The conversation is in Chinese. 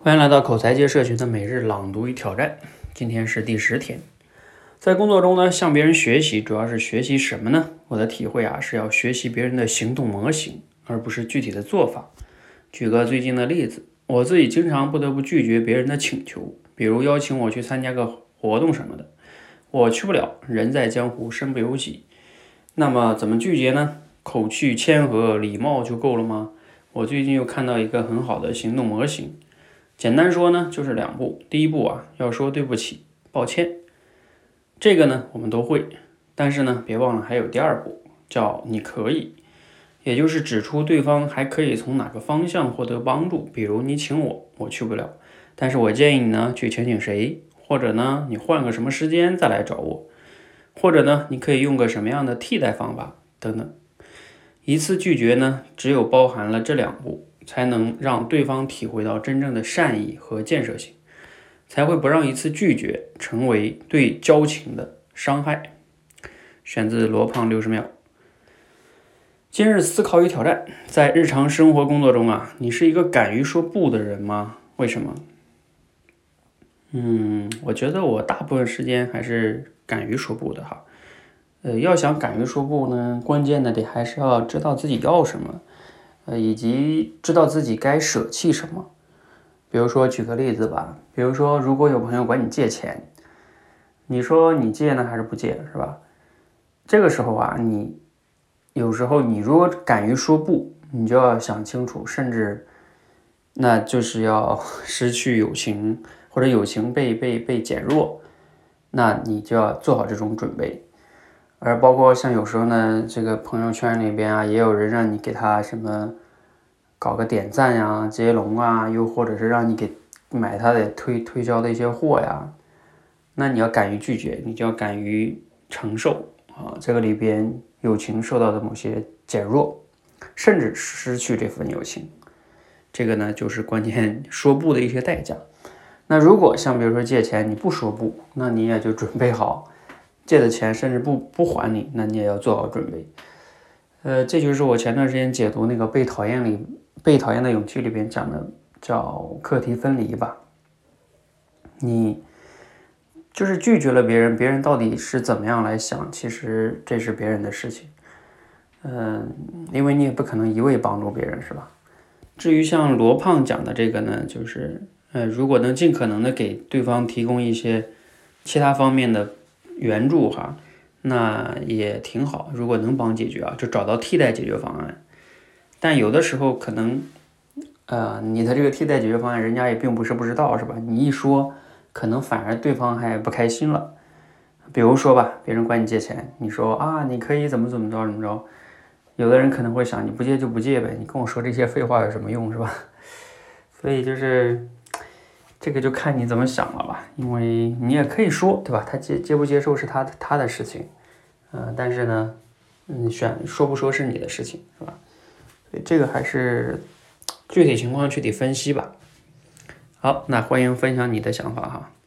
欢迎来到口才界社群的每日朗读与挑战，今天是第10天。在工作中呢，向别人学习，主要是学习什么呢？我的体会是要学习别人的行动模型，而不是具体的做法。举个最近的例子，我自己经常不得不拒绝别人的请求，比如邀请我去参加个活动什么的，我去不了，人在江湖身不由己。那么怎么拒绝呢？口气谦和、礼貌就够了吗？我最近又看到一个很好的行动模型。简单说呢，就是2步。第一步要说对不起、抱歉，这个呢我们都会，但是呢别忘了还有第2步，叫你可以，也就是指出对方还可以从哪个方向获得帮助。比如你请我，我去不了，但是我建议你呢去请谁，或者呢你换个什么时间再来找我，或者呢你可以用个什么样的替代方法等等。一次拒绝呢，只有包含了这2步，才能让对方体会到真正的善意和建设性，才会不让一次拒绝成为对交情的伤害。选自罗胖60秒。今日思考与挑战，在日常生活工作中你是一个敢于说不的人吗？为什么？我觉得我大部分时间还是敢于说不的哈。要想敢于说不呢，关键的还是要知道自己要什么，以及知道自己该舍弃什么。比如说举个例子吧，比如说如果有朋友管你借钱，你说你借呢还是不借，是吧？这个时候你有时候你如果敢于说不，你就要想清楚，甚至那就是要失去友情，或者友情被减弱，那你就要做好这种准备。而包括像有时候呢，这个朋友圈里边也有人让你给他什么搞个点赞接龙又或者是让你给买他的推销的一些货那你要敢于拒绝，你就要敢于承受这个里边友情受到的某些减弱，甚至失去这份友情，这个呢就是关键说不的一些代价。那如果像比如说借钱你不说不，那你也就准备好借的钱甚至不还你，那你也要做好准备。这就是我前段时间解读那个被讨厌的勇气里边讲的叫课题分离吧。你就是拒绝了别人，别人到底是怎么样来想，其实这是别人的事情。因为你也不可能一味帮助别人，是吧？至于像罗胖讲的这个呢，就是如果能尽可能的给对方提供一些其他方面的援助那也挺好。如果能帮解决就找到替代解决方案。但有的时候可能你的这个替代解决方案人家也并不是不知道，是吧？你一说可能反而对方还不开心了。比如说吧，别人管你借钱，你说你可以怎么着，有的人可能会想，你不借就不借呗，你跟我说这些废话有什么用，是吧？所以就是这个就看你怎么想了吧，因为你也可以说，对吧？他接不接受是他的事情，但是呢，说不说是你的事情，是吧？所以这个还是具体情况具体分析吧。好，那欢迎分享你的想法